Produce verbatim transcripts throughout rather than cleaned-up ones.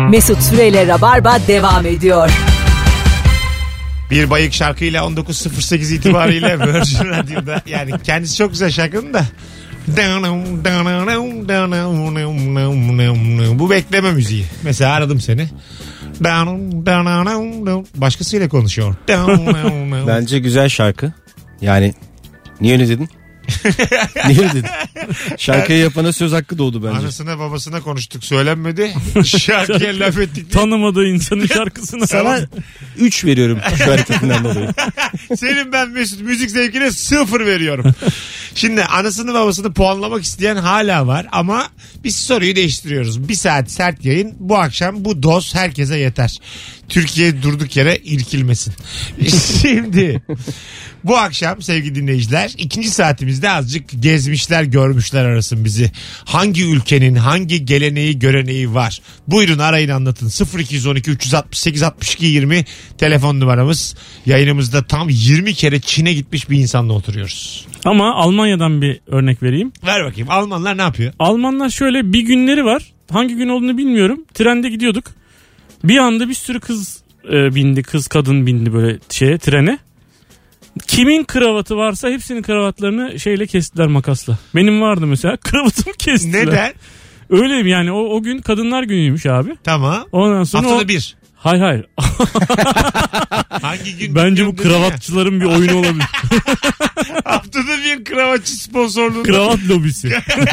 Mesut Süreyle Rabarba devam ediyor. Bir bayık şarkıyla on dokuz sıfır sekiz itibariyle Virgin Radio'da, yani kendisi çok güzel şarkının da bu bekleme müziği. Mesela aradım seni, başkasıyla konuşuyor. Bence güzel şarkı. Yani niye öyle dedin? Niye öyle dedin? Şarkıyı yapana söz hakkı doğdu bence. Anasına babasına konuştuk, söylenmedi. Şarkıya laf ettik. Tanımadığı insanın şarkısına. Sana üç veriyorum şu hareketinden dolayı. Senin ben Mesut müzik zevkine sıfır veriyorum. Şimdi anasını babasını puanlamak isteyen hala var ama biz soruyu değiştiriyoruz. Bir saat sert yayın bu akşam, bu doz herkese yeter. Türkiye durduk yere irkilmesin. Şimdi bu akşam sevgili dinleyiciler, ikinci saatimizde azıcık gezmişler görmüşler arasın bizi. Hangi ülkenin hangi geleneği göreneği var? Buyurun arayın, anlatın. sıfır iki on iki üç altı sekiz altmış iki yirmi telefon numaramız. Yayınımızda tam yirmi kere Çin'e gitmiş bir insanla oturuyoruz. Ama Almanya'dan bir örnek vereyim. Ver bakayım, Almanlar ne yapıyor? Almanlar şöyle bir günleri var. Hangi gün olduğunu bilmiyorum. Trende gidiyorduk. Bir anda bir sürü kız e, bindi. Kız kadın bindi böyle şeye, trene. Kimin kravatı varsa hepsinin kravatlarını şeyle kestiler, makasla. Benim vardı mesela, kravatımı kestiler. Neden? Öyle mi yani, o, o gün kadınlar günüymüş abi. Tamam. Ondan sonra haftada o... bir. Hayır hayır. Hangi gün? Bence bu kravatçıların bir oyunu olabilir. Haftada bir kravatçı sponsorluğunda. Kravat lobisi.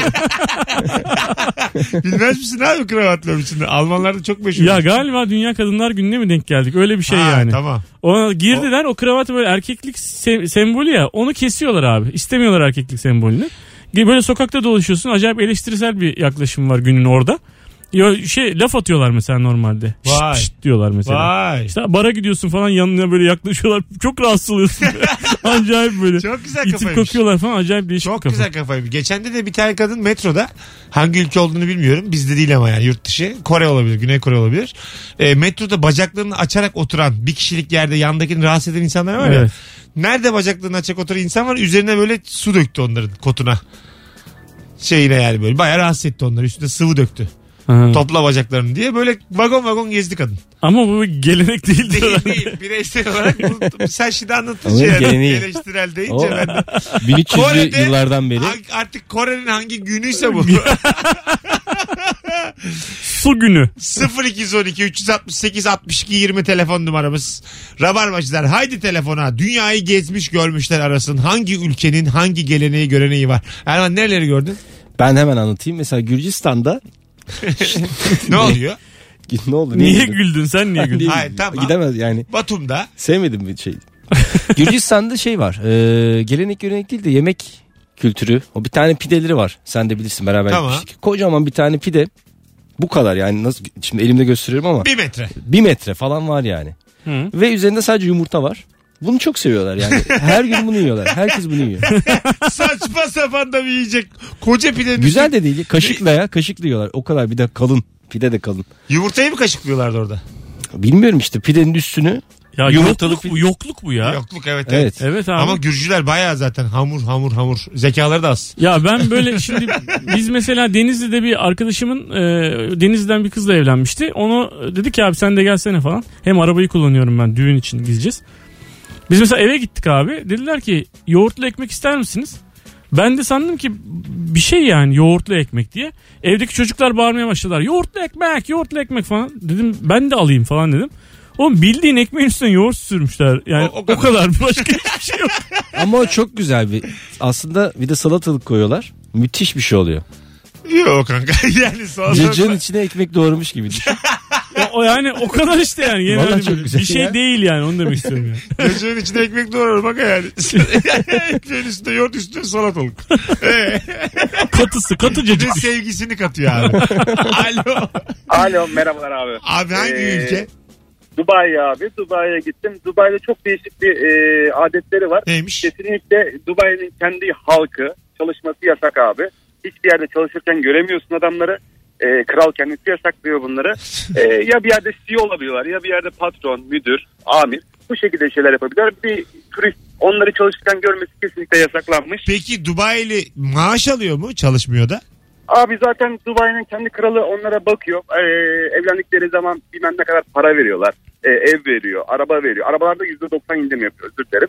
Bilmez misin abi kravat lobisini? Almanlarda çok meşhur. Ya galiba Dünya Kadınlar Günü'ne mi denk geldik? Öyle bir şey ha, yani. Tamam. Ona girdiler, o, o kravatı böyle erkeklik sem- sembolü ya, onu kesiyorlar abi. İstemiyorlar erkeklik sembolünü. Böyle sokakta dolaşıyorsun, acayip eleştirisel bir yaklaşım var günün orada. Ya şey, laf atıyorlar mesela normalde. Vay. Şşt, şşt diyorlar mesela. Vay. İşte bara gidiyorsun falan, yanına böyle yaklaşıyorlar. Çok rahatsız oluyorsun. Acayip böyle. Çok güzel İtip kafaymış. kokuyorlar falan, acayip değişik Çok bir kafa. güzel kafaymış. Geçen de bir tane kadın metroda, hangi ülke olduğunu bilmiyorum. Bizde değil ama yani yurt dışı. Kore olabilir, Güney Kore olabilir. E, metroda bacaklarını açarak oturan, bir kişilik yerde yandakini rahatsız eden insanlar var ya. Evet. Nerede bacaklarını açarak oturan insan var, üzerine böyle su döktü onların kotuna. Şeyine yani böyle bayağı rahatsız etti onları. Üstüne sıvı döktü. Aha. Topla bacaklarını diye böyle vagon vagon gezdi kadın. Ama bu bir gelenek değildir. Değil değil. Bireysel olarak bu, sen şimdi anlattın Onun şey. geleneği. Eleştirel deyince O, ben de. bin üç yüzlü Kore'de yıllardan beri. Artık Kore'nin hangi günüyse bu. Su günü. sıfır iki on iki üç altı sekiz altmış iki yirmi telefon numaramız. Rabarbacılar haydi telefona. Dünyayı gezmiş görmüşler arasın. Hangi ülkenin hangi geleneği göreneği var? Erman nereleri gördün? Ben hemen anlatayım. Mesela Gürcistan'da Ne oluyor? ne oldu? Niye güldün? güldün sen, niye güldün? Hayır, tamam. Gidemez yani. Batum'da. Sevmedim bir şey. Gürcistan'da şey var. E, gelenek görenek değil de yemek kültürü. O bir tane pideleri var. Sen de bilirsin, beraber Tamam. gitmiştik. Kocaman bir tane pide. Bu kadar yani, nasıl şimdi elimde gösteriyorum ama. Bir metre. Bir metre falan var yani. Hı. Ve üzerinde sadece yumurta var. Bunu çok seviyorlar yani. Her gün bunu yiyorlar. Herkes bunu yiyor. Saçma sapan da bir yiyecek. Koca pidenin. Güzel de değil. Kaşıkla ya. Kaşıkla yiyorlar. O kadar, bir de kalın. Pide de kalın. Yumurtayı mı kaşıklıyorlardı orada? Bilmiyorum işte, pidenin üstünü. Ya Yumurtalı yokluk, bu, yokluk bu ya. Yokluk evet evet. Evet. Evet abi. Ama Gürcüler bayağı zaten hamur hamur hamur. Zekaları da az. Ya ben böyle şimdi biz mesela Denizli'de bir arkadaşımın e, Denizli'den bir kızla evlenmişti. Onu dedi ki abi sen de gelsene falan. Hem arabayı kullanıyorum ben, düğün için gideceğiz. Biz mesela eve gittik abi. Dediler ki yoğurtlu ekmek ister misiniz? Ben de sandım ki bir şey yani, yoğurtlu ekmek diye. Evdeki çocuklar bağırmaya başladılar. Yoğurtlu ekmek, yoğurtlu ekmek falan. Dedim ben de alayım falan dedim. Oğlum bildiğin ekmeğin üstüne yoğurt sürmüşler. Yani o, o, kadar. o kadar, başka hiçbir şey yok. Ama o çok güzel bir. Aslında bir de salatalık koyuyorlar. Müthiş bir şey oluyor. Yok kanka yani sonra. Cacığın içine ekmek doğramış gibi düşün. o, o yani o kadar işte yani. Yine Vallahi hani çok böyle güzel bir şey ya. değil yani, onu demek istiyorum yani. Cacığın içine ekmek doğrar bak yani. Ekmeğin üstüne yoğurt, üstüne salatalık. Katısı, katı Bir cacık. de sevgisini katıyor abi. Alo. Alo, merhabalar abi. Abi hangi Ee, ülke? Dubai abi. Dubai'ye gittim. Dubai'de çok değişik bir e, adetleri var. Neymiş? Kesinlikle Dubai'nin kendi halkı, çalışması yasak abi. Hiçbir yerde çalışırken göremiyorsun adamları. E, kral kendisi yasaklıyor bunları. E, ya bir yerde C E O olabiliyorlar, ya bir yerde patron, müdür, amir. Bu şekilde şeyler yapabiliyorlar. Bir turist onları çalışırken görmesi kesinlikle yasaklanmış. Peki Dubai'li maaş alıyor mu? Çalışmıyor da. Abi zaten Dubai'nin kendi kralı onlara bakıyor. Ee, evlendikleri zaman bilmem ne kadar para veriyorlar. Ee, ev veriyor, araba veriyor. Arabalarda yüzde doksan indirim yapıyor, özür dilerim.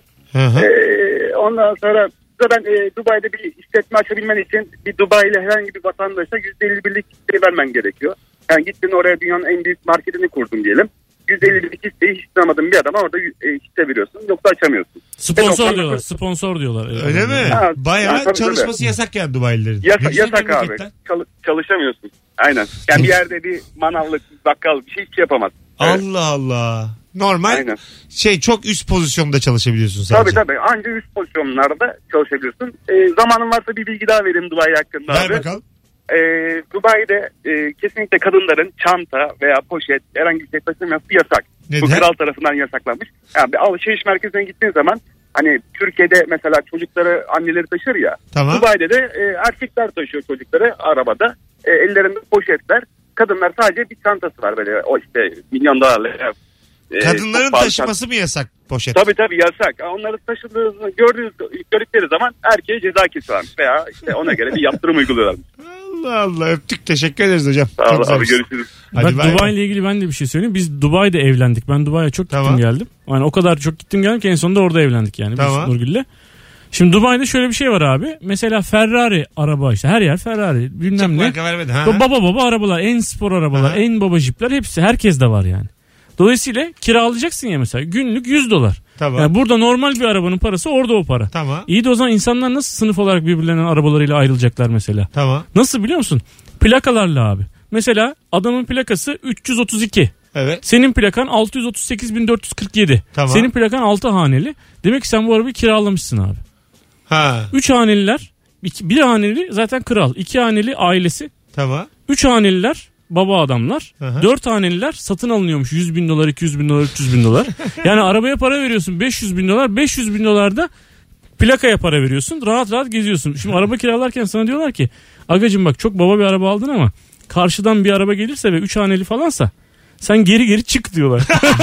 Ee, ondan sonra ben e, Dubai'de bir işletme açabilmen için bir Dubai'li herhangi bir vatandaşa yüzde elli birlik hisse vermen gerekiyor. Yani gittin oraya dünyanın en büyük marketini kurdun diyelim. yüzde elli birlik hisseyi hiç tanımadığın bir adama orada e, hisse veriyorsun. Yoksa açamıyorsun. Sponsor diyorlar. Sponsor diyorlar. Öyle, Öyle mi? Ha, bayağı yani, çalışması tabii. Yasak yani Dubai'lilerin. Yasa, yasak abi. Çal- çalışamıyorsun. Aynen. Yani bir yerde bir manavlık, bakkal bir şey hiç yapamazsın. Allah evet. Allah. Normal. Aynen. Şey çok üst pozisyonda çalışabiliyorsun sadece. Tabii tabii. Anca üst pozisyonlarda çalışabiliyorsun. E, zamanın varsa bir bilgi daha vereyim Dubai hakkında. Ver abi. bakalım. E, Dubai'de e, kesinlikle kadınların çanta veya poşet herhangi bir şey taşıması yasak. Neden? Bu kral tarafından yasaklanmış. Yani bir alışveriş merkezine gittiğin zaman hani Türkiye'de mesela çocukları anneleri taşır ya. Tamam. Dubai'de de e, erkekler taşıyor çocukları arabada. E, ellerinde poşetler. Kadınlar sadece bir çantası var böyle o işte milyon dolarlık. E, Kadınların taşıması çant- mı yasak poşet? Tabii tabii yasak. Onları taşıdığınızı gördüğünüz, gördükleri zaman erkeğe ceza kesiyorlar veya işte ona göre bir yaptırım uyguluyorlar. Allah Allah öptük, teşekkür ederiz hocam. Sağ olun abi, görüşürüz. Bak Dubai ile ilgili ben de bir şey söyleyeyim. Biz Dubai'de evlendik. Ben Dubai'ye çok tamam. gittim geldim. Yani o kadar çok gittim geldim ki en sonunda orada evlendik yani. Tamam. Biz Nurgül'le. Şimdi Dubai'de şöyle bir şey var abi. Mesela Ferrari araba işte her yer Ferrari bilmem ne. Baba baba arabalar, en spor arabalar, ha. en baba jipler hepsi herkes de var yani. Dolayısıyla kiralayacaksın ya mesela günlük yüz dolar. Tamam. Yani burada normal bir arabanın parası orada o para. Tamam. İyi de o zaman insanlar nasıl sınıf olarak birbirlerinin arabalarıyla ayrılacaklar mesela? Tamam. Nasıl biliyor musun? Plakalarla abi. Mesela adamın plakası üç yüz otuz iki. Evet. Senin plakan altı yüz otuz sekiz bin dört yüz kırk yedi. Tamam. Senin plakan altı haneli. Demek ki sen bu arabayı kiralamışsın abi. Ha. üç haneliler, iki, bir haneli zaten kral, iki haneli ailesi. Tamam. üç haneliler baba adamlar. Aha. dört haneliler satın alınıyormuş yüz bin dolar, iki yüz bin dolar, üç yüz bin dolar. Yani arabaya para veriyorsun beş yüz bin dolar, beş yüz bin dolar da plakaya para veriyorsun. Rahat rahat geziyorsun. Şimdi araba kiralarken sana diyorlar ki agacım bak çok baba bir araba aldın ama karşıdan bir araba gelirse ve üç haneli falansa sen geri geri çık diyorlar.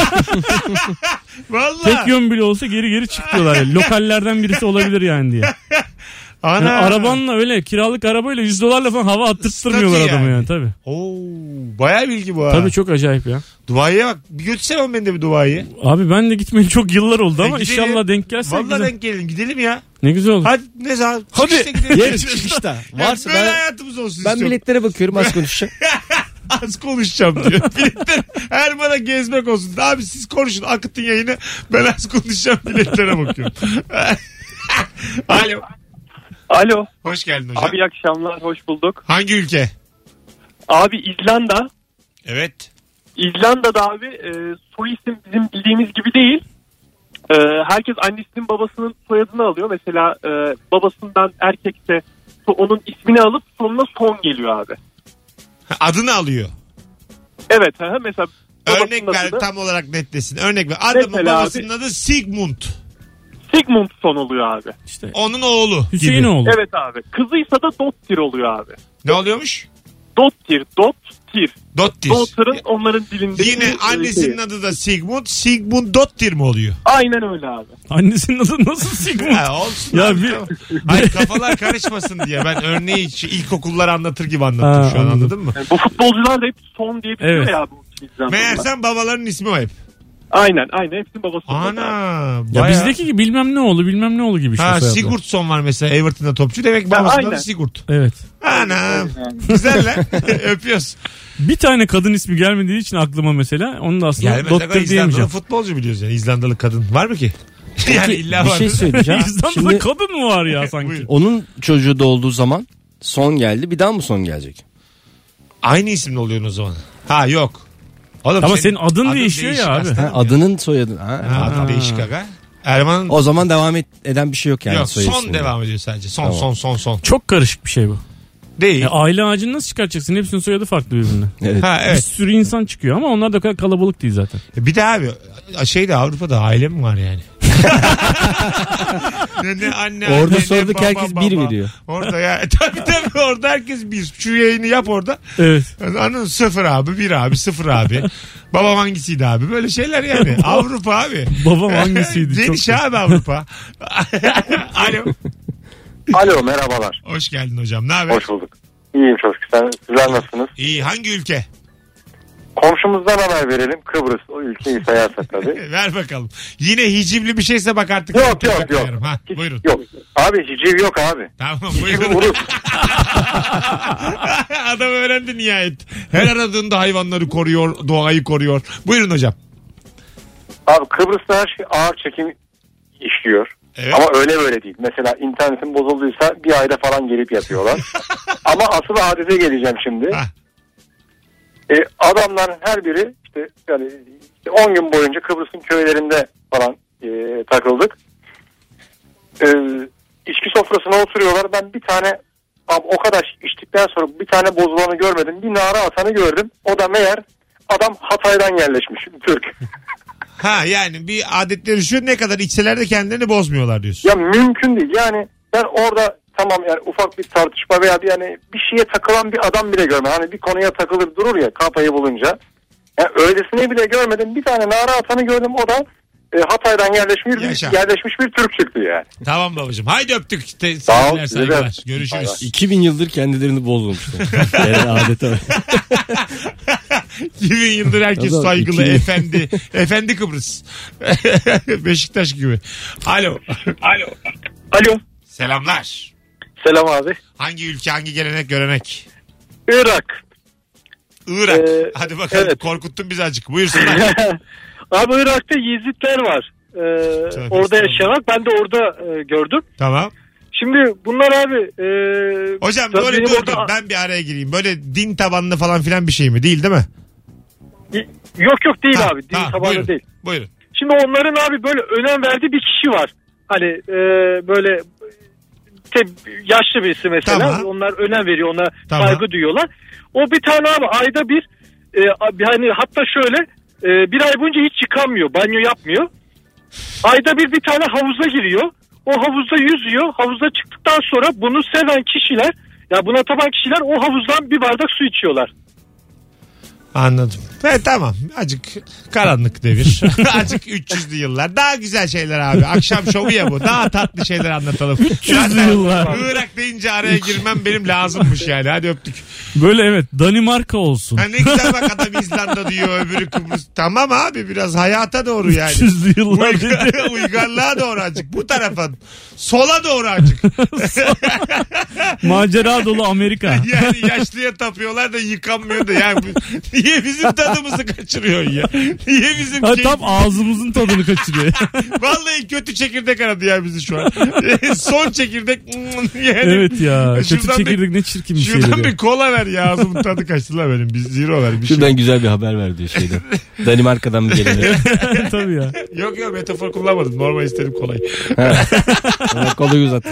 Vallahi. Tek yön bile olsa geri geri çık diyorlar. Yani. Lokallerden birisi olabilir yani diye. Yani arabanla öyle kiralık arabayla yüz dolarla falan hava attırtmıyorlar adamı yani, yani tabii. Oo, bayağı bilgi bu ha. Tabii çok acayip ya. Dubai'ye bak. Bir götürsene ben de bir Dubai'ye. Abi ben de gitmeyeli çok yıllar oldu e ama gidelim. İnşallah denk gelse. Vallahi güzel. denk gelin. Gidelim ya. Ne güzel olur. Hadi ne zaman? Hadi. Yer çıkışta. Varsa böyle ben, hayatımız olsun ben istiyorum. biletlere bakıyorum az konuşacağım. Az konuşacağım diyor. Biletler her bana gezmek olsun. Abi siz konuşun akıtın yayını. Ben az konuşacağım biletlere bakıyorum. Alo. Alo. Hoş geldin hocam. Abi iyi akşamlar, hoş bulduk. Hangi ülke? Abi İzlanda. Evet. İzlanda'da abi e, soy isim bizim bildiğimiz gibi değil. E, herkes annesinin babasının soyadını alıyor. Mesela e, babasından erkekse onun ismini alıp sonuna son geliyor abi. Adını alıyor. Evet. He, mesela örnek ver adını, tam olarak netlesin. Örnek ver. Adamın babasının abi, adı Sigmund. Sigmund son oluyor abi. İşte onun oğlu. Hüseyin oğlu. Evet abi. Kızıysa da Dottir oluyor abi. Ne oluyormuş? Dottir. Dottir. Dottir. Dottir'ın onların dilinde. Yine annesinin şey. Adı da Sigmund. Sigmund Dottir mi oluyor? Aynen öyle abi. Annesinin adı nasıl Sigmund? Ha, olsun ya abi. Bir... Hayır kafalar karışmasın diye. Ben örneği ilkokullar anlatır gibi anlattım ha, şu an anladım. Anladın mı? Yani bu futbolcular da hep son diye biliyor evet. ya. Meğersem babaların ismi o hep. Aynen aynen hepsinin babası. Ana. Ya bizdeki gibi bilmem ne oldu bilmem ne oldu gibi. Ha Sigurdsson var mesela Everton'da topçu. Demek ki babasının adı Sigurd. Evet. Ana. Güzel lan. Öpüyoruz. Bir tane kadın ismi gelmediği için aklıma mesela. Onu da aslında Dottir diyemeyeceğim. Futbolcu biliyoruz yani. İzlandalı kadın. Var mı ki? Yani illa bir şey söyleyeceğim. İzlanda'da Şimdi, kadın mı var ya sanki? Onun çocuğu da olduğu zaman son geldi. Bir daha mı son gelecek? Aynı isimli oluyor o zaman. Ha yok. Oğlum ama senin adın, adın değişiyor ya abi. Ha, adının soyadın. Ha, ha, adın değişik aga. Erman'ın... O zaman devam et, eden bir şey yok yani. Yok son isminde. Devam ediyor sadece. Son tamam. son son son. Çok karışık bir şey bu. Değil. E, aile ağacını nasıl çıkartacaksın? Hepsinin soyadı farklı birbirine. Evet. Ha, evet. Bir sürü insan çıkıyor ama onlar da kalabalık değil zaten. Bir de abi şeyde Avrupa'da aile mi var yani? ne, ne, anne, orada anne, sorduk baba, herkes baba. bir veriyor. Orada ya tabii tabii orada herkes bir. Şu yayını yap orada. Evet. Anladın sıfır abi bir abi sıfır abi. Babam hangisiydi abi böyle şeyler yani. Avrupa abi. Babam hangisiydi? Geniş abi Avrupa. Alo. Alo merhabalar. Hoş geldin hocam ne haber? Hoş bulduk. İyiyim çok güzel. Sizler nasılsınız? İyi. Hangi ülke? Komşumuzdan haber verelim. Kıbrıs, o ülkeyi sayarsak tabii. Ver bakalım. Yine hicivli bir şeyse bak artık. Yok yok yok. Ha, buyurun. Yok. Abi hiciv yok abi. Tamam buyurun. Adam öğrendi nihayet. Her aradığında hayvanları koruyor, doğayı koruyor. Buyurun hocam. Abi Kıbrıs'ta her şey ağır çekim işliyor. Evet. Ama öyle böyle değil. Mesela internetin bozulduysa bir ayda falan gelip yapıyorlar. Ama asıl adete geleceğim şimdi. Ha. E, adamların her biri işte yani işte on gün boyunca Kıbrıs'ın köylerinde falan e, takıldık. E, içki sofrasına oturuyorlar. Ben bir tane abi o kadar içtikten sonra bir tane bozulanı görmedim. Bir nara atanı gördüm. O da meğer adam Hatay'dan yerleşmiş. Türk. Ha yani bir adetleri şu, ne kadar içseler de kendilerini bozmuyorlar diyorsun. Ya mümkün değil. Yani ben orada tamam yani ufak bir tartışma veya bir yani bir şeye takılan bir adam bile görmedim. Hani bir konuya takılır durur ya kafayı bulunca. Yani öylesine bile görmedim. Bir tane nara atanı gördüm. O da e, Hatay'dan yerleşmiş bir, yerleşmiş bir Türk çıktı yani. Tamam babacığım. Haydi öptük. Te- Sağ ol, sevgiler, saygılar. Görüşürüz. iki bin yıldır kendilerini bozmamışlar. Yani adeta. iki bin yıldır herkes Adam, saygılı, iki bin efendi. Efendi Kıbrıs. Beşiktaş gibi. Alo. Alo. Alo. Selamlar. Selam abi. Hangi ülke, hangi gelenek, görenek? Irak. Irak. Ee, Hadi bakalım, evet. Korkuttun bizi azıcık. Buyursun. Abi Irak'ta Yezidler var. Ee, orada yaşamak. Ben de orada e, gördüm. Tamam. Şimdi bunlar abi... E, Hocam tabii böyle benim dur orada- dur, ben bir araya gireyim. Böyle din tabanlı falan filan bir şey mi? Değil değil mi? Yok yok değil Ha, abi. Din ha, tabanı buyurun, değil. Buyurun. Şimdi onların abi böyle önem verdiği bir kişi var. Hani e, böyle te, yaşlı birisi mesela. Tamam. Onlar önem veriyor. Ona Tamam. saygı duyuyorlar. O bir tane abi ayda bir e, hani hatta şöyle e, bir ay boyunca hiç yıkanmıyor. Banyo yapmıyor. Ayda bir bir tane havuza giriyor. O havuzda yüzüyor. Havuza çıktıktan sonra bunu seven kişiler, ya buna taban kişiler o havuzdan bir bardak su içiyorlar. Anladım. Evet tamam. Acık karanlık devir. Acık üç yüzlü yıllar. Daha güzel şeyler abi. Akşam şovu ya bu. Daha tatlı şeyler anlatalım. üç yüzlü yıllar. Irak deyince araya girmem benim lazımmış yani. Hadi öptük. Böyle evet, Danimarka olsun. Ha ne güzel bak, adam İzlanda diyor, öbürü Kıbrıs. Tamam abi, biraz hayata doğru yani. üç yüzlü yıllar. Uygar, uygarlığa doğru azıcık. Bu tarafa. Sola doğru azıcık. Macera dolu Amerika. Yani yaşlıya tapıyorlar da yıkanmıyor da. Yani bu- niye bizim tadımızı kaçırıyor ya? Niye bizim Ha, şey... tam ağzımızın tadını kaçırıyor. Vallahi kötü çekirdek aradı ya bizi şu an. Son çekirdek. Yani. Evet ya. Kötü Şuradan çekirdek bir- ne çirkin bir Şuradan şeydir. bir kola ver ya, ağzımın tadı kaçtı la benim. Bir zero ver bir şey. Şuradan güzel bir haber ver diyor şeyden. Danimarka'dan bir gelenek. Tabii ya. Yok yok, metafor kullanmadım. Normal istedim kolayı. Bana kolayı uzat.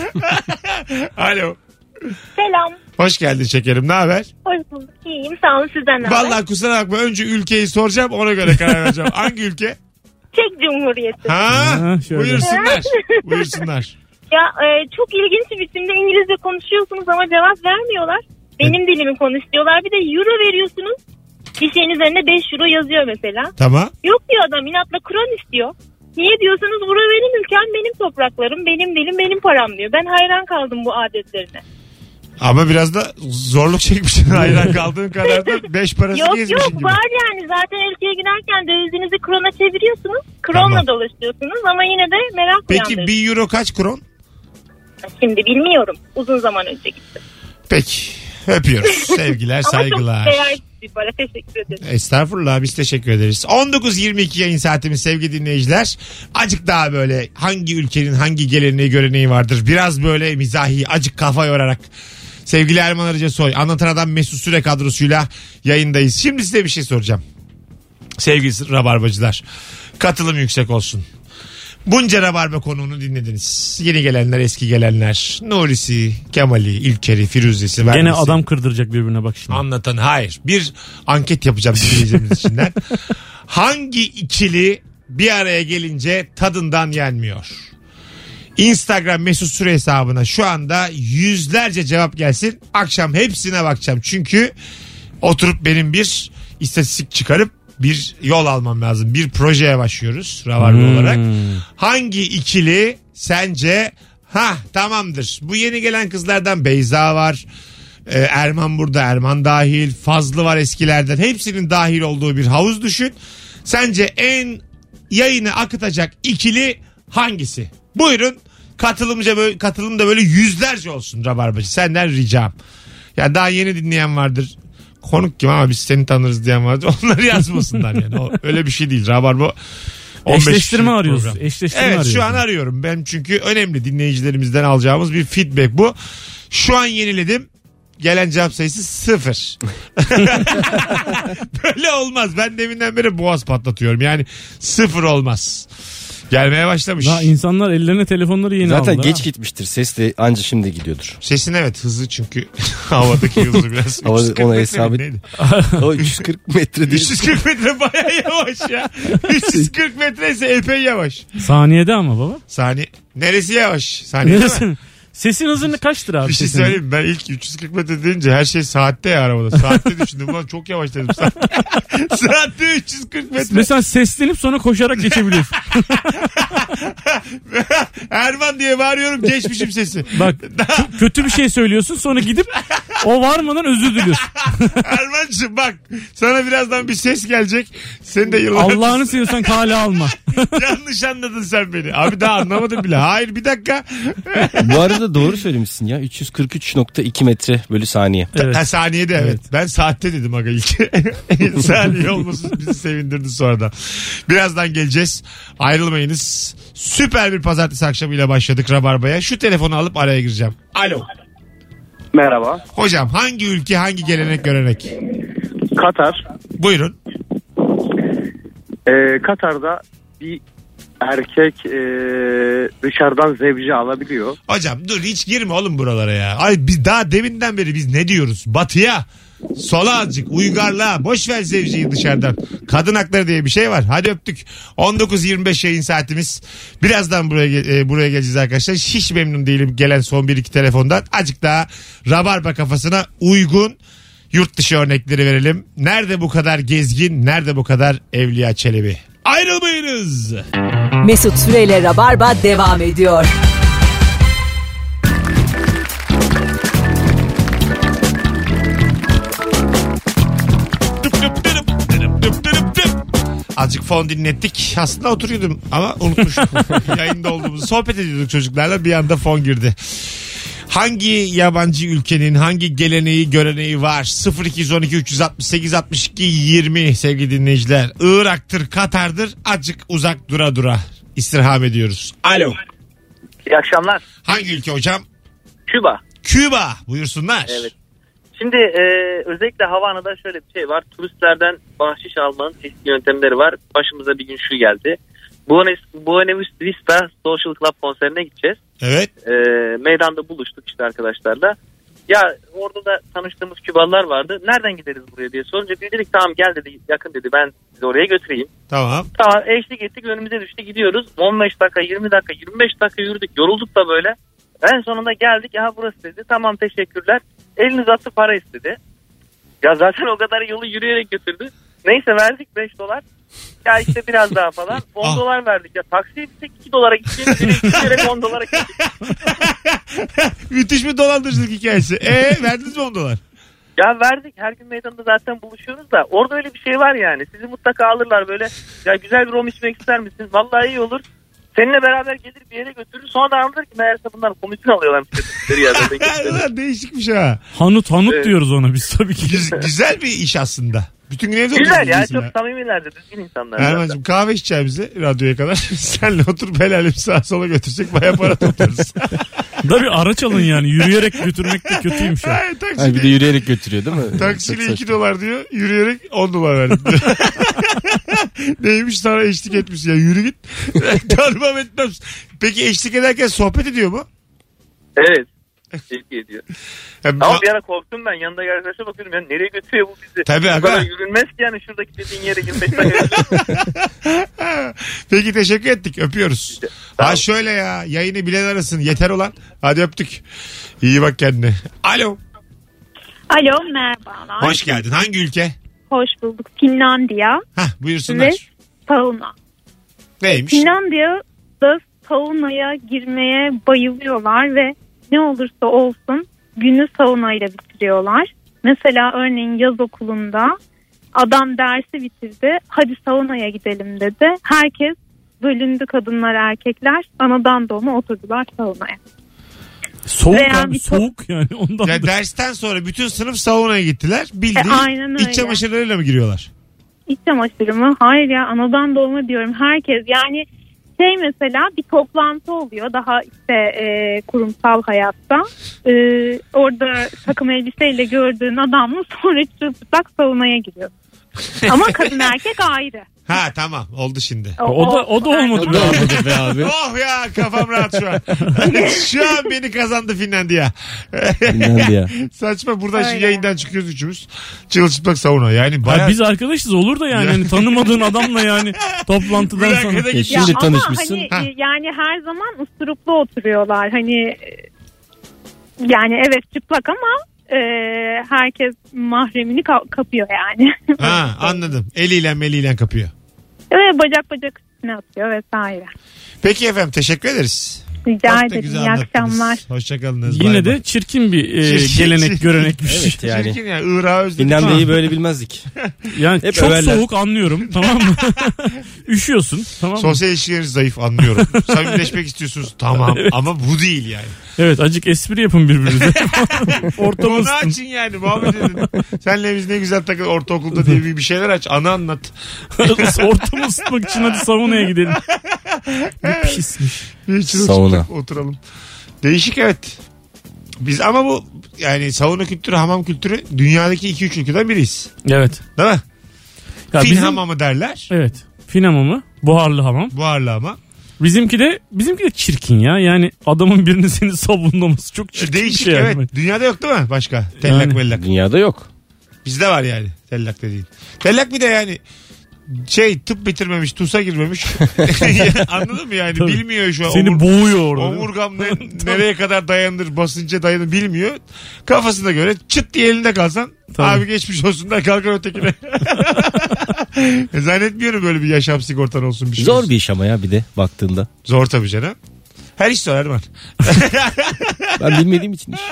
Alo. Selam. Hoş geldin şekerim. Ne haber? Hoş bulduk. İyiyim. Sağ olun. Sizden ne haber? Vallahi kusura bakma. Önce ülkeyi soracağım, ona göre karar vereceğim. Hangi ülke? Çek Cumhuriyeti. Ha, Ha, şöyle. buyursunlar. Buyursunlar. Ya e, çok ilginç bir biçimde İngilizce konuşuyorsunuz ama cevap vermiyorlar. Benim dilimi konuş diyorlar. Bir de euro veriyorsunuz. Bir şeyin üzerine beş euro yazıyor mesela. Tamam. Yok diyor adam, inatla kron istiyor. Niye diyorsunuz? Bura benim ülkem, benim topraklarım, benim dilim, benim param diyor. Ben hayran kaldım bu adetlerine. Ama biraz da zorluk çekmişsin. Hayran kaldığın kadar da beş parası Yok gezmişsin yok gibi. var yani, zaten ülkeye giderken dövizinizi krona çeviriyorsunuz. Kronla Tamam. dolaşıyorsunuz ama yine de merak Peki uyandırır. bir euro kaç kron? Şimdi bilmiyorum. Uzun zaman önce gittim. Peki. Öpüyoruz. Sevgiler, Ama saygılar. çok değerli bir para. Teşekkür ederim. Estağfurullah, biz teşekkür ederiz. on dokuz yirmi iki yayın saatimiz sevgili dinleyiciler. Acık daha böyle hangi ülkenin hangi geleneği göreneği vardır, biraz böyle mizahi, acık kafa yorarak sevgili Erman Arıca Soy, Anlatan Adam Mesut Süre kadrosuyla yayındayız. Şimdi size bir şey soracağım. Sevgili Rabarbacılar, katılım yüksek olsun. Bunca Rabarba konuğunu dinlediniz. Yeni gelenler, eski gelenler. Nuri'si, Kemal'i, İlker'i, Firuze'si. Gene Vermesi. adam kırdıracak birbirine bak şimdi. Anlatan, hayır. Bir anket yapacağım dinleyicilerimiz içinden. Hangi ikili bir araya gelince tadından yenmiyor? Instagram Mesut Süre hesabına şu anda yüzlerce cevap gelsin. Akşam hepsine bakacağım. Çünkü oturup benim bir istatistik çıkarıp bir yol almam lazım. Bir projeye başlıyoruz Ravarlı Hmm. olarak. Hangi ikili sence ha tamamdır? Bu yeni gelen kızlardan Beyza var. Ee, Erman burada, Erman dahil, Fazlı var eskilerden, hepsinin dahil olduğu bir havuz düşün. Sence en yayını akıtacak ikili hangisi? Buyurun, katılımca böyle, katılım da böyle yüzlerce olsun Rabarbacı, senden ricam. Ya daha yeni dinleyen vardır, konuk kim ama biz seni tanırız diyen vardır, onları yazmasınlar yani. O, öyle bir şey değil Rabarba. Eşleştirme arıyoruz. Eşleştirme evet arıyoruz. Şu an arıyorum ben, çünkü önemli dinleyicilerimizden alacağımız bir feedback bu. Şu an yeniledim. Gelen cevap sayısı sıfır. Böyle olmaz. Ben deminden beri boğaz patlatıyorum. Yani sıfır olmaz. Gelmeye başlamış. Daha insanlar ellerine telefonları yeni Zaten aldılar. Zaten geç ha. gitmiştir. Ses de anca şimdi gidiyordur. Sesin evet hızlı çünkü. Havadaki hızı biraz. Hava ona hesap et. O üç yüz kırk metre değil. üç yüz kırk metre baya yavaş ya. üç yüz kırk metre ise epey yavaş. Saniyede ama baba. Saniye. Neresi yavaş? Saniye Neresi? Sesin hızı kaçtır abi? Bir şey sesin? söyleyeyim, ben ilk üç yüz kırk metre deyince her şey saatte ya arabada. Saatte düşündüm lan, çok yavaş dedim. Saatte üç yüz kırk metre. Mesela seslenip sonra koşarak geçebiliyorsun. Erman diye bağırıyorum, geçmişim sesi. Bak kötü bir şey söylüyorsun, sonra gidip o varmadan özür diliyorsun. Erman'cığım bak, sana birazdan bir ses gelecek. Sen de yıllar... Allah'ını seviyorsan kale alma. Yanlış anladın sen beni. Abi daha anlamadım bile. Hayır bir dakika. Bu arada doğru söylemişsin ya. üç yüz kırk üç nokta iki metre bölü saniye. Evet. Ha, saniyede evet. evet. Ben saatte dedim aga ilk. Saniye olması bizi sevindirdi sonradan. Birazdan geleceğiz. Ayrılmayınız. Süper bir pazartesi akşamıyla başladık Rabarba'ya. Şu telefonu alıp araya gireceğim. Alo. Merhaba. Hocam hangi ülke, hangi gelenek görenek? Katar. Buyurun. Ee, Katar'da bir erkek e, dışarıdan zevci alabiliyor. Hocam dur, hiç girme oğlum buralara ya. Ay biz daha deminden beri biz ne diyoruz? Batıya, sola azıcık, uygarlığa, boş ver zevciyi dışarıdan. Kadın hakları diye bir şey var. Hadi öptük. on dokuz yirmi beş yayın saatimiz. Birazdan buraya e, buraya geleceğiz arkadaşlar. Hiç memnun değilim gelen son bir iki telefondan. Azıcık daha Rabarba kafasına uygun yurt dışı örnekleri verelim. Nerede bu kadar gezgin, nerede bu kadar Evliya Çelebi? Ayrılmayınız. Mesut Süreyle Rabarba devam ediyor. Azıcık fon dinlettik. Aslında oturuyordum ama unutmuşum. Yayında olduğumuzu sohbet ediyorduk çocuklarla, bir anda fon girdi. Hangi yabancı ülkenin hangi geleneği göreneği var? sıfır iki on iki üç altı sekiz altmış iki yirmi sevgili dinleyiciler. Irak'tır, Katar'dır, azıcık uzak dura dura istirham ediyoruz. Alo. İyi akşamlar. Hangi ülke hocam? Küba. Küba, buyursunlar. Evet. Şimdi e, özellikle Havana'da şöyle bir şey var. Turistlerden bahşiş almanın çeşitli yöntemleri var. Başımıza bir gün şu geldi. Buena Vista Social Club konserine gideceğiz. Evet. E, meydanda buluştuk işte arkadaşlarla. Ya orada da tanıştığımız Kübalılar vardı. Nereden gideriz buraya diye sorunca bir dedik tamam gel dedi, yakın dedi, ben sizi oraya götüreyim. Tamam. Tamam, eşlik ettik, önümüze düştü, gidiyoruz. on beş dakika yirmi dakika yirmi beş dakika yürüdük, yorulduk da böyle. En sonunda geldik, aha burası dedi, tamam teşekkürler. Elini uzattı, para istedi. Ya zaten o kadar yolu yürüyerek götürdü. Neyse verdik beş dolar. Ya işte biraz daha falan. on Ah. dolar verdik. Ya taksiye gitsek iki dolara gideceğiz. Direkt on dolara gittik. Müthiş bir dolandırıcılık hikayesi. Eee verdiniz mi on dolar? Ya verdik. Her gün meydanda zaten buluşuyoruz da. Orada öyle bir şey var yani. Sizi mutlaka alırlar böyle. Ya güzel bir rom içmek ister misin? Vallahi iyi olur. Seninle beraber gelir bir yere götürür. Sonra da anlar ki meğerse bunlar komisyon alıyorlar. Ulan değişikmiş ha. Hanut hanut Evet. diyoruz ona biz tabii ki. Güz- güzel bir iş aslında. Bütün gün evde Güzel ya, oturuyorsun çok ya. samimilerdi, düzgün insanlar. Erman'cığım kahve içeceğim bize radyoya kadar. Senle otur helalim sağa sola götürecek, baya para toplarız. Da bir araç alın yani, yürüyerek götürmek de kötüymüş ya. Ay, taksiyle, Ay bir de yürüyerek götürüyor değil mi? taksiyle Çok iki saçma. dolar diyor, yürüyerek on dolar verdim diyor. Neymiş, sana eşlik etmiş ya, yürü git. Tanımam etmem. Peki eşlik ederken sohbet ediyor mu? Evet. Teşekkür ediyor. Ya, Ama bir ara korktum ben. Yanındaki arkadaşa bakıyorum. Yani nereye götürüyor bu bizi? Tabii Bu aga. kadar yürünmez ki yani, şuradaki dediğin yere yirmi beş dakika. Peki teşekkür ettik, öpüyoruz. Ha şöyle ya, yayını bilen arasın yeter olan. Hadi öptük. İyi bak kendine. Alo. Alo, merhabalar. Hoş geldin. Hangi ülke? Hoş bulduk. Finlandiya Hah, buyursunlar. ve sauna. Neymiş? Finlandiya'da saunaya girmeye bayılıyorlar ve ne olursa olsun günü saunayla bitiriyorlar. Mesela örneğin yaz okulunda adam dersi bitirdi. Hadi saunaya gidelim dedi. Herkes bölündü, kadınlar erkekler. Anadan doğma oturdular saunaya. Soğuk Veya abi bir soğuk yani ondan. Ya dersten sonra bütün sınıf saunaya gittiler. Bildiğin E, aynen öyle. iç çamaşırlarıyla mı giriyorlar? İç çamaşırı mı? Hayır ya, anadan doğma diyorum. Herkes yani şey, mesela bir toplantı oluyor daha işte e, kurumsal hayatta. E, orada takım elbiseyle gördüğün adamla sonra çırpıtak saunaya giriyor. Ama kadın erkek ayrı. Ha tamam, oldu şimdi. O, O da o da olmadı be abi. be abi. Oh ya, kafam rahat şu an. Şu an beni kazandı Finlandiya. Finlandiya. Saçma, buradan şu Öyle. yayından çıkıyoruz üçümüz. Çırılçıplak sauna yani Ya bayağı. biz arkadaşız olur da yani hani tanımadığın adamla yani toplantıdan Bir sonra. dakika da E, git. şimdi ama tanışmışsın. hani Ha. e, yani her zaman usturuplu oturuyorlar. Hani e, yani evet çıplak ama e, herkes mahremini ka- kapıyor yani. Ha, anladım. Eliyle meliyle kapıyor. Ve bacak bacak üstüne atıyor vesaire. Peki efendim, teşekkür ederiz. Rica Çok da ederim. güzel İyi anlattınız. akşamlar. Hoşçakalınız. Yine Bay bay. de çirkin bir e, Çirkin, gelenek çirkin. görenek bir şey. Evet yani. Çirkin ya, Irak'ı özledik. Finlandiya'yı böyle bilmezdik. Yani Hep çok överler. soğuk anlıyorum tamam mı? Üşüyorsun tamam mı? Sosyal ilişkileriniz zayıf, anlıyorum. Samimileşmek istiyorsunuz, tamam, ama bu değil yani. Evet, azıcık espri yapın birbirinize. Ortamı Onu ısıtın. açın yani, muhabbet edin. Senle biz ne güzel takıl ortaokulda diye bir bir şeyler aç. Ana anlat. Ortamı ısıtmak için hadi saunaya gidelim. Ne pismiş. Bir Sauna. çırılçıplak oturalım. Değişik, evet. Biz ama bu yani sauna kültürü, hamam kültürü dünyadaki iki üç ülkeden biriyiz. Evet. Değil mi? Ya Fin bizim- hamamı derler. Evet. Fin hamamı, buharlı hamam. Buharlı hamam. Bizimki de bizimki de çirkin ya. Yani adamın birinin seni sabunlaması çok çirkin Değişik, bir şey. evet. Yani. Dünyada yok değil mi başka? Tellak Yani. bellak. Dünyada yok. Bizde var yani tellak dediğin. Tellak bir de yani şey, tıp bitirmemiş, TUS'a girmemiş. Anladın mı yani? Tabii. Bilmiyor şu an. Seni Omur- boğuyor orada. Omurgam ne, nereye kadar dayanır, basınca dayanır bilmiyor. Kafasına göre çıt diye elinde kalsan Tabii. abi geçmiş olsun da kalkar ötekine. E, Zannetmiyorum böyle bir yaşam sigortan olsun, bir şey Zor olsun. bir iş ama ya bir de baktığında. Zor tabii canım. Her iş zor Erman. Ben bilmediğim için iş.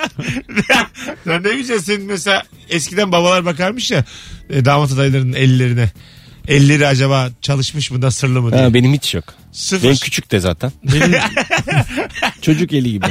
Sen ne güzel, senin mesela eskiden babalar bakarmış ya e, damat adaylarının ellerine. Elleri acaba çalışmış mı da sırlı mı diye. Ha, benim hiç yok. Sıfır. Benim küçük de zaten. Benim, Çocuk eli gibi.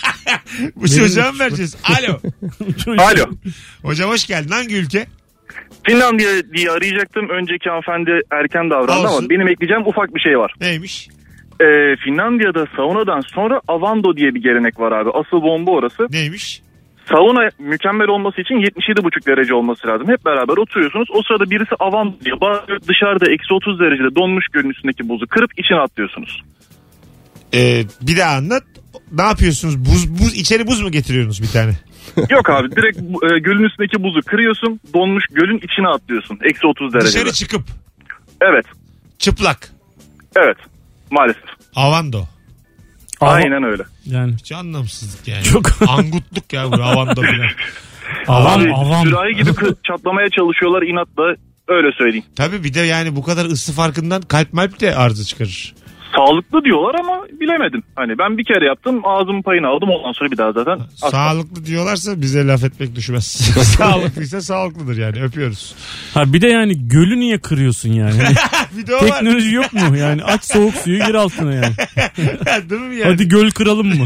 Bu çocuğa mı vereceğiz? Alo. Alo. Hocam hoş geldin. Hangi ülke? Finlandiya diye arayacaktım. Önceki hanımefendi erken davrandı Olsun. ama benim ekleyeceğim ufak bir şey var. Neymiş? Ee, Finlandiya'da saunadan sonra avando diye bir gelenek var abi. Asıl bomba orası. Neymiş? Sauna mükemmel olması için yetmiş yedi buçuk derece olması lazım. Hep beraber oturuyorsunuz. O sırada birisi avando diyor. Bazı dışarıda eksi otuz derecede donmuş gölün üstündeki buzu kırıp içine atlıyorsunuz. Ee, bir daha anlat. Ne yapıyorsunuz? Buz, buz içeri buz mu getiriyorsunuz bir tane? Yok abi, direkt e, gölün üstündeki buzu kırıyorsun. Donmuş gölün içine atlıyorsun. Eksi otuz derecede. Dışarı çıkıp Evet. çıplak. Evet. Maalesef. Avando. Aynen öyle. yani Hiç anlamsızlık yani. Çok. Angutluk ya bu avando falan. avam Abi, avam. sürahi gibi kı- çatlamaya çalışıyorlar inatla, öyle söyleyeyim. Tabii bir de yani bu kadar ısı farkından kalp malp de arıza çıkarır. Sağlıklı diyorlar ama bilemedim. Hani ben bir kere yaptım, ağzımın payını aldım, ondan sonra bir daha zaten. asla. Sağlıklı diyorlarsa bize laf etmek düşmez. Sağlıklıysa sağlıklıdır yani, öpüyoruz. Ha bir de yani gölü niye kırıyorsun yani? Hani Bir de o var. teknoloji yok mu? Yani aç soğuk suyu gir altına yani. Değil mi yani? Hadi göl kıralım mı?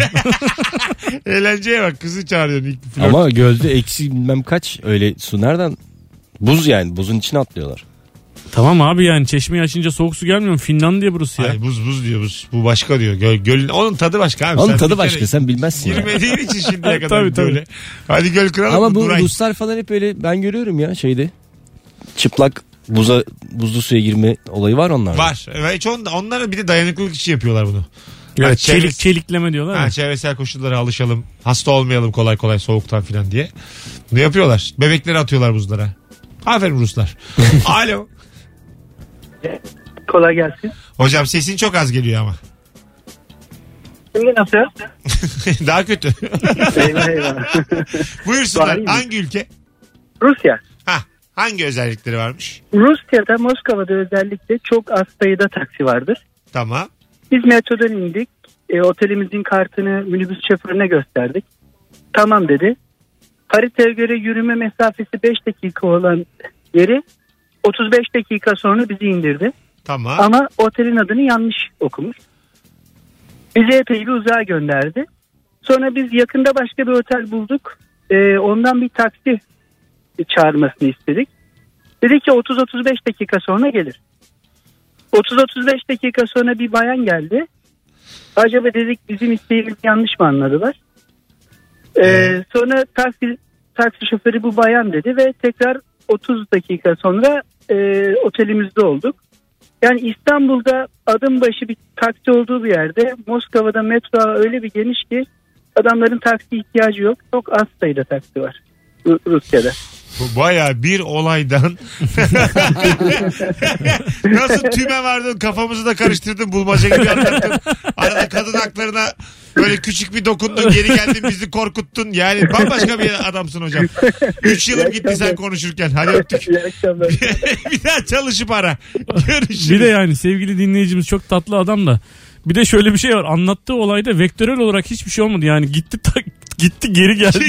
Eğlenceye bak, kızı çağırıyorsun ilk flört. Ama gölde eksi bilmem kaç, öyle su nereden? Buz yani, buzun içine atlıyorlar. Tamam abi, yani çeşmeyi açınca soğuk su gelmiyor mu? Finlandiya burası ya. Ay, buz buz diyor buz. Bu başka diyor. Göl, gölün, onun tadı başka abi. Onun Sen tadı bir kere başka, sen bilmezsin ya. Girmediğin için şimdiye kadar Tabii, tabii. göle. Hadi göl kıralım Ama mı? bu Nuray? Ruslar falan hep öyle, ben görüyorum ya şeyde. Çıplak buza, buzlu suya girme olayı var onlarda. Var. Ve hiç on, onlara bir de dayanıklılık için yapıyorlar bunu. Evet, Ha, çelik, çevres- çelikleme diyorlar ha, ya. çevresel koşullara alışalım. Hasta olmayalım kolay kolay soğuktan filan diye. Ne yapıyorlar? Bebekleri atıyorlar buzlara. Aferin Ruslar. Alo. Kolay gelsin. Hocam sesin çok az geliyor ama. Şimdi nasıl? Daha kötü. Eyvah eyvah. Buyursunlar. Bağırayım mı? Hangi ülke? Rusya. Ha, hangi özellikleri varmış? Rusya'da, Moskova'da özellikle çok az sayıda taksi vardır. Tamam. Biz metrodan indik. E, otelimizin kartını minibüs şoförüne gösterdik. Tamam dedi. haritaya göre yürüme mesafesi beş dakika olan yeri otuz beş dakika sonra bizi indirdi. Tamam. Ama otelin adını yanlış okumuş. Bizi epey bir uzağa gönderdi. Sonra biz yakında başka bir otel bulduk. Ee, ondan bir taksi çağırmasını istedik. Dedi ki otuz otuz beş dakika sonra gelir. otuz otuz beş dakika sonra bir bayan geldi. Acaba dedik bizim isteğimiz yanlış mı anladılar? Ee, sonra taksi taksi şoförü bu bayan dedi ve tekrar otuz dakika sonra e, otelimizde olduk. Yani İstanbul'da adım başı bir taksi olduğu bir yerde, Moskova'da metro öyle bir geniş ki adamların taksi ihtiyacı yok. Çok az sayıda taksi var Rusya'da. Bu baya bir olaydan nasıl tüme vardın, kafamızı da karıştırdın, bulmaca gibi anlattın. Arada kadın haklarına böyle küçük bir dokundun, geri geldin, bizi korkuttun. Yani bambaşka bir adamsın hocam. Üç yılım gitti sen konuşurken. Hadi öptük. Bir daha çalışıp ara. Görüşürüz. Bir de yani sevgili dinleyicimiz çok tatlı adam da. Bir de şöyle bir şey var. Anlattığı olayda vektörel olarak hiçbir şey olmadı. Yani gitti ta- gitti geri geldi.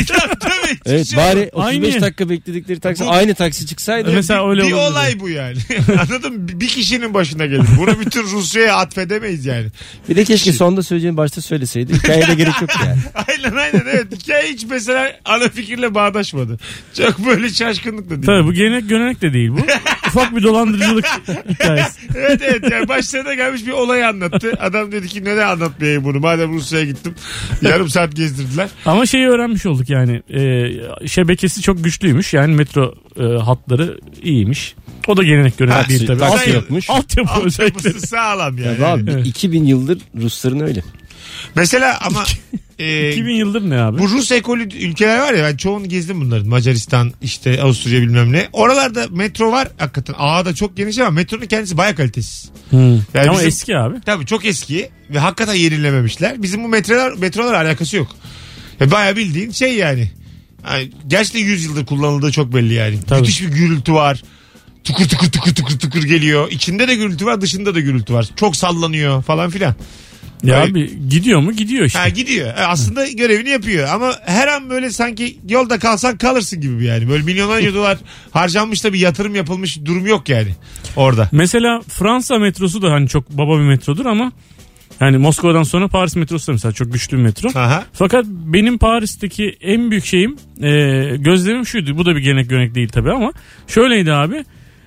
Evet, bari otuz beş Aynı. dakika bekledikleri taksi Bu- aynı taksi çıksaydı. Mesela öyle bir olabilir. olay bu yani. Anladın mı? Bir kişinin başına gelir. Bunu bütün Rusya'ya atfedemeyiz yani. Bir de keşke sonda söyleyeceğini başta söyleseydi. Hikayede gerek yok yani. Aynen aynen evet. Hikaye hiç mesela ana fikirle bağdaşmadı. Çok böyle şaşkınlıkla değil. Tabii bu gelenek görenek de değil bu. Ufak bir dolandırıcılık hikayesi. Evet evet yani başlarına gelmiş bir olayı anlattı. Adam dedi ki neden anlatmayayım bunu, madem Rusya'ya gittim. Yarım saat gezdirdiler. Ama şeyi öğrenmiş olduk yani e, şebekesi çok güçlüymüş yani metro e, hatları iyiymiş. O da gelenek görenek Ha, değil tabii. taksi Altyapı- yokmuş. Altyapı özellikleri. Altyapısı sağlam yani. Ya abi iki bin yıldır Rusların öyle. Mesela ama e, iki bin yıldır ne abi? bu Rus ekolü ülkeler var ya, ben çoğunu gezdim bunların. Macaristan, işte Avusturya bilmem ne. Oralarda metro var hakikaten. Ağa da çok geniş ama metronun kendisi baya kalitesiz. Hmm. Yani Ama bizim- eski abi. Tabii çok eski ve hakikaten yenilememişler. Bizim bu metrolar, metrolar alakası yok. Ya bayağı bildiğin şey yani. yani gerçekten yüz yıldır kullanıldığı çok belli yani. Tabii. Müthiş bir gürültü var. Tıkır tıkır tıkır tıkır tıkır geliyor. İçinde de gürültü var, dışında da gürültü var. Çok sallanıyor falan filan. Ya Öyle- abi gidiyor mu? Gidiyor işte. Ha gidiyor. E, Aslında görevini yapıyor ama her an böyle sanki yolda kalsan kalırsın gibi yani. Böyle milyonlarca dolar harcanmış da bir yatırım yapılmış durum yok yani orada. Mesela Fransa metrosu da hani çok baba bir metrodur ama yani Moskova'dan sonra Paris metrosu da mesela çok güçlü bir metro. Aha. Fakat benim Paris'teki en büyük şeyim e, gözlemim şuydu. Bu da bir gelenek görenek değil tabii ama şöyleydi abi.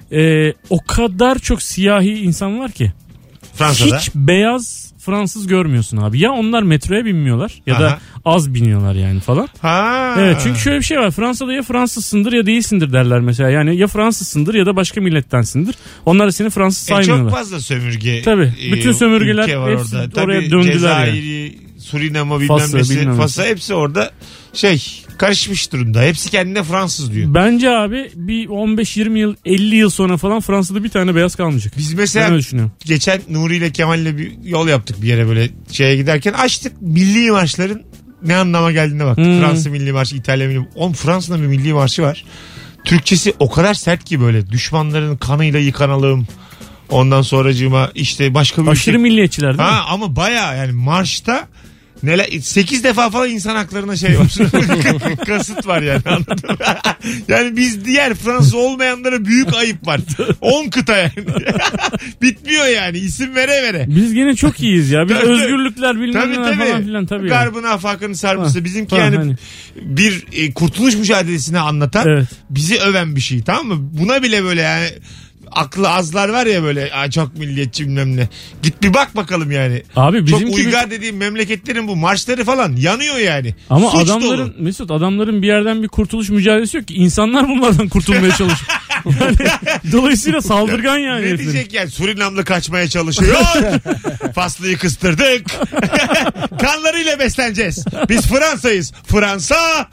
E, o kadar çok siyahi insan var ki. Fransa'da. Hiç beyaz Fransız görmüyorsun abi. Ya onlar metroya binmiyorlar ya da Aha. az biniyorlar yani falan. Ha. Evet, çünkü şöyle bir şey var. Fransa'da ya Fransızsındır ya değilsindir derler mesela. Yani ya Fransızsındır ya da başka millettensindir. Onlar da seni Fransız E, saymıyorlar. çok fazla sömürge. Tabii. e, Bütün sömürgeler ülke var hepsi orada. oraya Tabii döndüler Cezayir'i, Surinam'ı bilmem Fas'ı, nesi, bilmem Fas'a hepsi orada şey karışmış durumda. Hepsi kendine Fransız diyor. Bence abi bir on beş yirmi yıl elli yıl sonra falan Fransa'da bir tane beyaz kalmayacak. Biz Ben mesela öyle düşünüyorum. geçen Nuri ile Kemal'le bir yol yaptık bir yere, böyle şeye giderken açtık milli marşların ne anlama geldiğine baktık. Hmm. Fransa milli marşı, İtalya milli marşı. Oğlum Fransa'nın bir milli marşı var. Türkçesi o kadar sert ki böyle düşmanların kanıyla yıkanalım. Ondan sonracığıma işte başka bir Aşırı ülke- milliyetçiler değil mi? Ha ama baya yani marşta neler sekiz defa falan insan haklarına şey var. Kasıt var yani, anladın mı? Yani biz diğer Fransız olmayanlara büyük ayıp var. on kıta yani. Bitmiyor yani, isim vere vere. Biz gene çok iyiyiz ya. Biz Tabii, özgürlükler bilmem Tabii neler falan tabii. filan tabii. ya. Garbın afakını sarmışsa Ha, bizimki ha, yani hani. bir e, kurtuluş mücadelesini anlatan, Evet. bizi öven bir şey, tamam mı? Buna bile böyle yani aklı azlar var ya böyle, "Aa, çok milliyetçi bilmem ne." Git bir bak bakalım yani. Abi Çok bizimki bir- uygar dediğim memleketlerin bu marşları falan yanıyor yani. Ama Suç adamların dolu. Mesut adamların bir yerden bir kurtuluş mücadelesi yok ki. İnsanlar bunlardan kurtulmaya çalışıyor. Yani, dolayısıyla saldırgan yani. Ne herifler. diyecek yani, Surinamlı kaçmaya çalışıyor. Faslı'yı kıstırdık. Kanlarıyla besleneceğiz. Biz Fransa'yız. Fransa.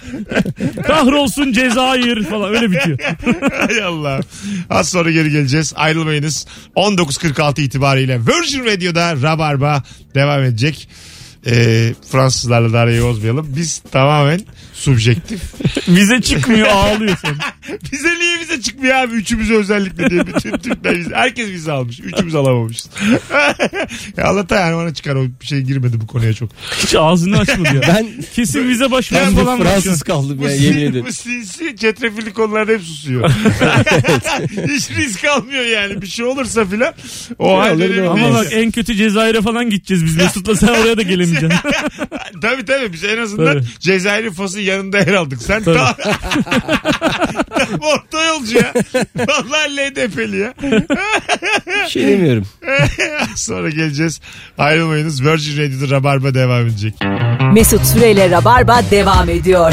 Kahrolsun Cezayir falan öyle bitiyor. Hay Allah. Az sonra geri geleceğiz. Ayrılmayınız. on dokuz kırk altı itibariyle Virgin Radio'da Rabarba devam edecek. Ee, Fransızlarla da arayı bozmayalım. Biz tamamen subjektif. Bize çıkmıyor, ağlıyor sen. Bize niye bize çıkmıyor abi? Üçümüz özellikle diye bütün Türkler bize. Herkes bizi almış. Üçümüz alamamışız. Ya Allah'tan yani bana çıkar, o bir şey girmedi bu konuya çok. Hiç ağzını açmadı ya. Ben kesin vize başvurusu ben falan bir var. Fransız kaldım ya, Bu, yemin sin, ederim. bu sinsi çetrefilli konularda hep susuyor. Hiç risk almıyor yani. Bir şey olursa filan. O Ya, halde öyle Ama Neyse. bak en kötü Cezayir'e falan gideceğiz biz Mesut'la, sen oraya da gelemeyeceksin. Tabii tabii, biz en azından Tabii. Cezayir'in Fas'ın yanında yer aldık. Sen Tabii. tam, tam orta yolcu ya. Vallahi L D P'li ya. Bir şey demiyorum. Sonra geleceğiz. Ayrılmayınız. Virgin Radio'da Rabarba devam edecek. Mesut Süreyle Rabarba devam ediyor.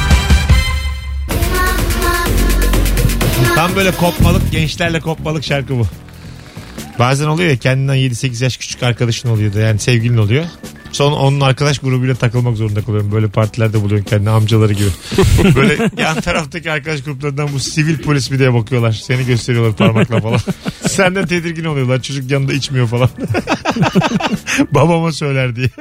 Tam böyle kopmalık, gençlerle kopmalık şarkı bu. Bazen oluyor ya, kendinden yedi sekiz yaş küçük arkadaşın oluyor da, yani sevgilin oluyor. Sonra onun arkadaş grubuyla takılmak zorunda kalıyorum. Böyle partilerde buluyorsun kendini, amcaları gibi. Böyle yan taraftaki arkadaş gruplarından bu sivil polis mi diye bakıyorlar. Seni gösteriyorlar parmakla falan. Senden tedirgin oluyorlar. Çocuk yanında içmiyor falan. Babama söyler diye.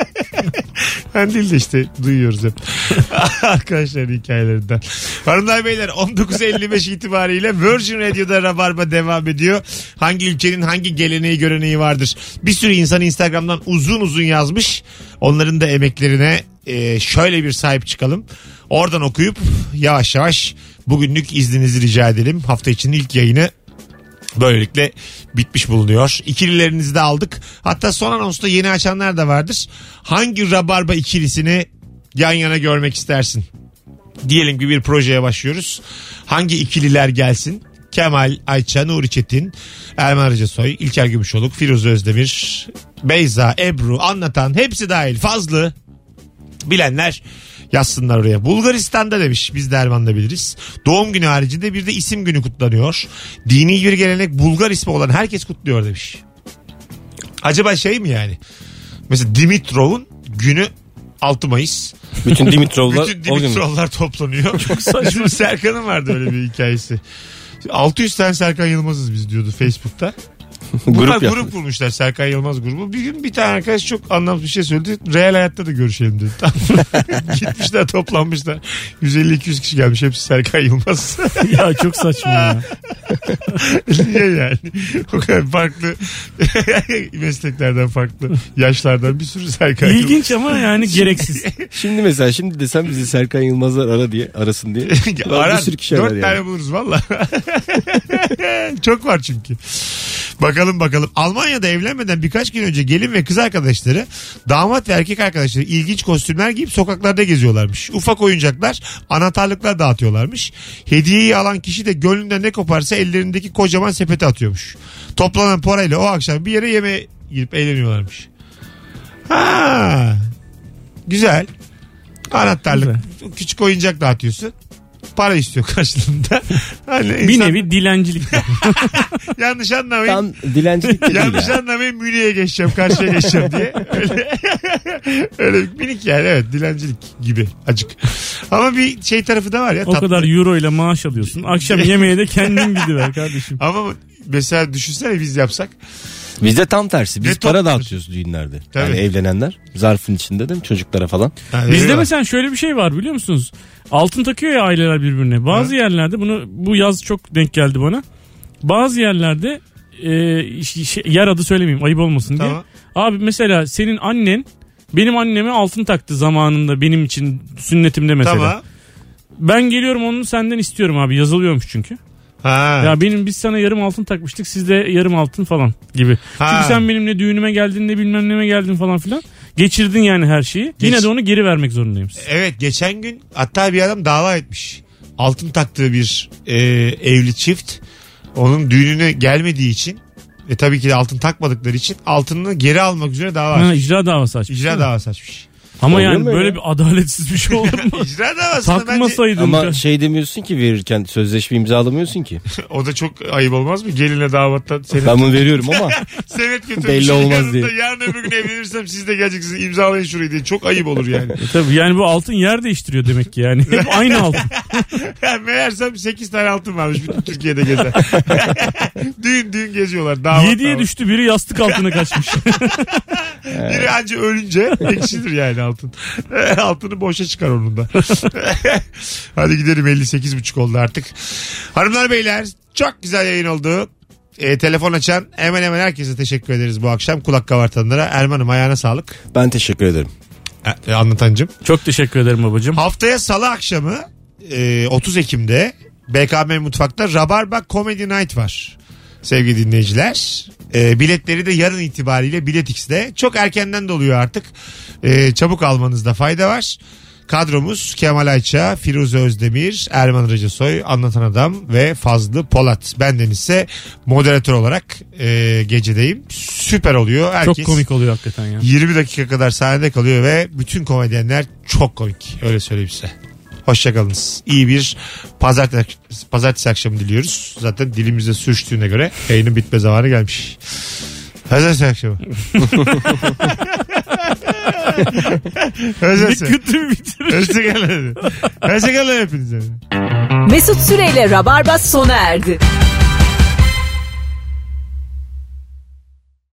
Ben değil de işte duyuyoruz hep. Arkadaşların hikayelerinden. Hanımlar beyler, on dokuz elli beş itibariyle Virgin Radio'da Rabarba devam ediyor. Hangi ülkenin hangi geleneği göreneği vardır? Bir sürü insan Instagram'dan uzun uzun yazmış. Onların da emeklerine e, şöyle bir sahip çıkalım. Oradan okuyup yavaş yavaş bugünlük izninizi rica edelim. Hafta içinin ilk yayını böylelikle bitmiş bulunuyor. İkililerinizi de aldık. Hatta son anonsta yeni açanlar da vardır. Hangi Rabarba ikilisini yan yana görmek istersin? Diyelim ki bir projeye başlıyoruz. Hangi ikililer gelsin? Kemal, Ayça, Nuri Çetin, Erman Arıcasoy, İlker Gümüşoluk, Firuze Özdemir, Beyza, Ebru, anlatan hepsi dahil. Fazlı bilenler yazsınlar oraya. Bulgaristan'da demiş, biz de Erman'da biliriz. Doğum günü haricinde bir de isim günü kutlanıyor. Dini bir gelenek, Bulgar ismi olan herkes kutluyor demiş. Acaba şey mi yani? Mesela Dimitrov'un günü altı Mayıs. Bütün Dimitrovlar Bütün Dimitrovlar toplanıyor. Çok saçma. Serkan'ın vardı öyle bir hikayesi. altı yüz tane Serkan Yılmaz'ız biz diyordu Facebook'ta. Grup, grup kurmuşlar, Serkan Yılmaz grubu. Bir gün bir tane arkadaş çok anlamsız bir şey söyledi. Real hayatta da görüşelim dedi. Gitmişler, toplanmışlar. yüz elli iki yüz kişi gelmiş, hepsi Serkan Yılmaz. Ya çok saçma ya. Niye yani? O kadar farklı mesleklerden, farklı yaşlardan bir sürü Serkan Yılmaz. İlginç ama yani gereksiz. Şimdi mesela şimdi desem bizi Serkan Yılmazlar ara diye, arasın diye. Arar, bir sürü kişi arar dört yani. tane buluruz valla. Çok var çünkü. Bakalım bakalım. Almanya'da evlenmeden birkaç gün önce gelin ve kız arkadaşları, damat ve erkek arkadaşları ilginç kostümler giyip sokaklarda geziyorlarmış. Ufak oyuncaklar, anahtarlıklar dağıtıyorlarmış. Hediyeyi alan kişi de gönlünden ne koparsa ellerindeki kocaman sepete atıyormuş. Toplanan parayla o akşam bir yere yemeğe gidip eğleniyorlarmış. Ha, güzel. Anahtarlık, güzel. Küçük oyuncak dağıtıyorsun. Para istiyor karşılığında. Hani bir insan... nevi dilencilik. Yanlış anlamayın. Tam dilencilik de değil Yanlış ya. anlamayın, Münih'e geçeceğim, karşıya geçeceğim diye. Öyle, öyle minik yani, evet, dilencilik gibi acık. Ama bir şey tarafı da var ya. O tatlı. kadar euro ile maaş alıyorsun. Akşam yemeğe de kendin gidiver kardeşim. Ama mesela düşünsene biz yapsak. Bizde tam tersi. Biz Ne para topluyoruz? dağıtıyoruz düğünlerde. Tabii. Yani evlenenler zarfın içinde değil mi? Çocuklara falan. Ha, Bizde öyle mesela şöyle bir şey var biliyor musunuz? Altın takıyor ya aileler birbirine. Bazı Ha. yerlerde, bunu bu yaz çok denk geldi bana. Bazı yerlerde e, şey, yer adı söylemeyeyim ayıp olmasın diye. Tamam. Abi mesela senin annen benim anneme altın taktı zamanında benim için sünnetimde mesela. Tamam. Ben geliyorum onu senden istiyorum abi, yazılıyormuş çünkü. Ha. Ya benim biz sana yarım altın takmıştık, siz de yarım altın falan gibi. Ha. Çünkü sen benimle düğünüme geldin de bilmem neme geldin falan filan. Geçirdin yani her şeyi. Geç. Yine de onu geri vermek zorundayım. Evet, geçen gün hatta bir adam dava etmiş. Altın taktığı bir e, evli çift onun düğününe gelmediği için ve tabii ki de altın takmadıkları için altınını geri almak üzere dava Ha, açmış. icra davası açmış. İcra davası açmış. Ama Oluyor yani mu böyle öyle? bir adaletsiz bir şey olur mu? İcra davasında bence Takmasaydın. Ama şey demiyorsun ki verirken sözleşme imzalamıyorsun ki. o da çok ayıp olmaz mı? Gelinle davatta senet, Ben bunu veriyorum ama senet götürmüş. belli olmaz yanında, diye. Yarın öbür gün evlenirsem siz de geleceksiniz imzalayın şurayı diye. Çok ayıp olur yani. E tabii yani bu altın yer değiştiriyor demek ki yani. Hep aynı altın. Yani meğersem sekiz tane altın varmış bütün Türkiye'de gezer. düğün düğün geziyorlar. Davat, yediye davat. düştü, biri yastık altına kaçmış. Biri anca ölünce ekşidir yani altın. Altını boşa çıkar onun da. Hadi gidelim, elli sekiz buçuk oldu artık. Hanımlar beyler, çok güzel yayın oldu. E, telefon açan hemen hemen herkese teşekkür ederiz bu akşam. Kulak kabartanlara. Erman'ım ayağına sağlık. ben teşekkür ederim. E, anlatancım. Çok teşekkür ederim babacığım. Haftaya salı akşamı e, otuz Ekim'de B K M Mutfak'ta Rabarba Comedy Night var. Sevgili dinleyiciler. E, biletleri de yarın itibariyle Bilet X'de. Çok erkenden doluyor artık. E, çabuk almanızda fayda var. Kadromuz Kemal Ayça, Firuze Özdemir, Erman Rıcasoy, Anlatan Adam ve Fazlı Polat. Benden ise moderatör olarak e, gecedeyim. Süper oluyor. Herkes Çok komik oluyor hakikaten ya. yirmi dakika kadar sahnede kalıyor ve bütün komedyenler çok komik. Öyle söyleyeyim size. Hoşçakalınız. İyi bir pazartesi, pazartesi akşamı diliyoruz. Zaten dilimizde sürçtüğüne göre yayının bitme zamanı gelmiş. Pazartesi akşamı. Ne kötü bir bitiriş. Hoşçakalın. Hoşçakalın hepinize. Mesut Süreyle Rabarba sona erdi.